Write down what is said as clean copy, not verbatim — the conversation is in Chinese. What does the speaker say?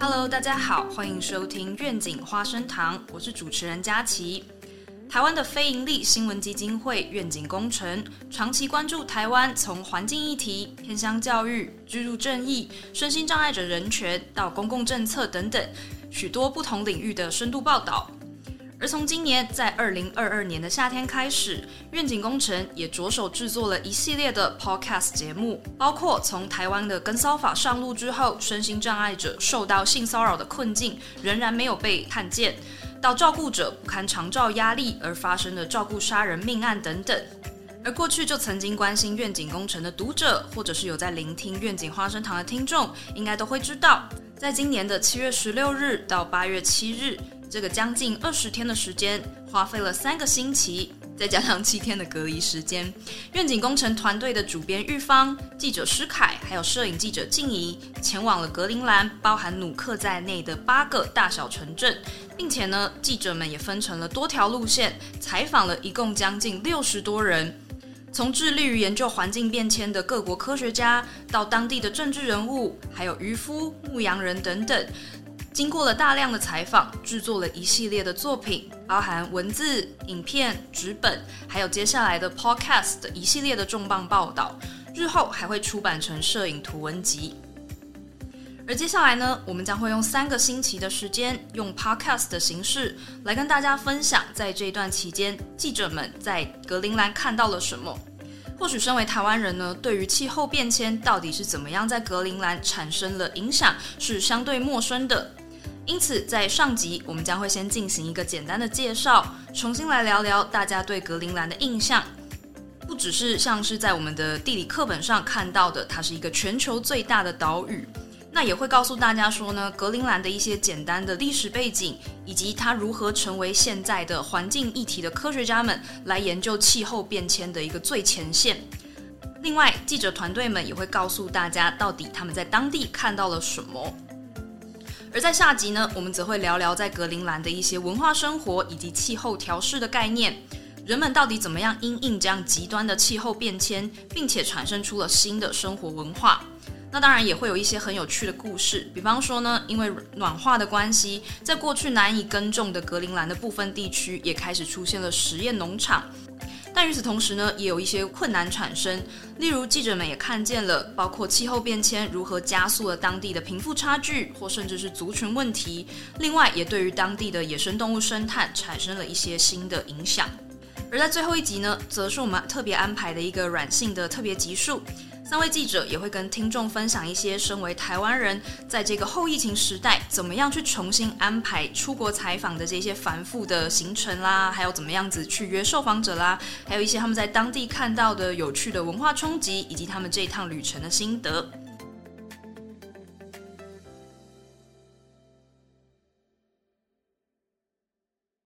Hello， 大家好，欢迎收听愿景花生堂，我是主持人佳琪。台湾的非营利新闻基金会愿景工程长期关注台湾从环境议题、偏乡教育、居住正义、身心障碍者人权到公共政策等等许多不同领域的深度报道。而从今年在2022年的夏天开始，愿景工程也着手制作了一系列的 podcast 节目，包括从台湾的跟骚法上路之后，身心障碍者受到性骚扰的困境仍然没有被看见，到照顾者不堪长照压力而发生的照顾杀人命案等等。而过去就曾经关心愿景工程的读者，或者是有在聆听愿景花生堂的听众，应该都会知道，在今年的7月16日到8月7日这个将近20天的时间，花费了3个星期，再加上7天的隔离时间，愿景工程团队的主编玉芳、记者施凯，还有摄影记者静怡，前往了格陵兰包含努克在内的8个大小城镇，并且呢，记者们也分成了多条路线，采访了一共将近60多人，从致力于研究环境变迁的各国科学家，到当地的政治人物，还有渔夫、牧羊人等等。经过了大量的采访，制作了一系列的作品，包含文字、影片、纸本，还有接下来的 podcast 的一系列的重磅报道，日后还会出版成摄影图文集。而接下来呢，我们将会用3个星期的时间，用 podcast 的形式来跟大家分享，在这一段期间，记者们在格陵兰看到了什么。或许身为台湾人呢，对于气候变迁到底是怎么样在格陵兰产生了影响，是相对陌生的。因此在上集我们将会先进行一个简单的介绍，重新来聊聊大家对格陵兰的印象，不只是像是在我们的地理课本上看到的，它是一个全球最大的岛屿，那也会告诉大家说呢，格陵兰的一些简单的历史背景，以及它如何成为现在的环境议题的科学家们来研究气候变迁的一个最前线。另外，记者团队们也会告诉大家到底他们在当地看到了什么。而在下集呢，我们则会聊聊在格陵兰的一些文化生活以及气候调适的概念，人们到底怎么样因应这样极端的气候变迁，并且产生出了新的生活文化。那当然也会有一些很有趣的故事，比方说呢，因为暖化的关系，在过去难以耕种的格陵兰的部分地区也开始出现了实验农场。但与此同时呢，也有一些困难产生，例如记者们也看见了包括气候变迁如何加速了当地的贫富差距，或甚至是族群问题，另外也对于当地的野生动物生态产生了一些新的影响。而在最后一集呢，则是我们特别安排的一个软性的特别集数，3位记者也会跟听众分享一些身为台湾人在这个后疫情时代怎么样去重新安排出国采访的这些繁复的行程啦，还有怎么样子去约受访者啦，还有一些他们在当地看到的有趣的文化冲击，以及他们这一趟旅程的心得。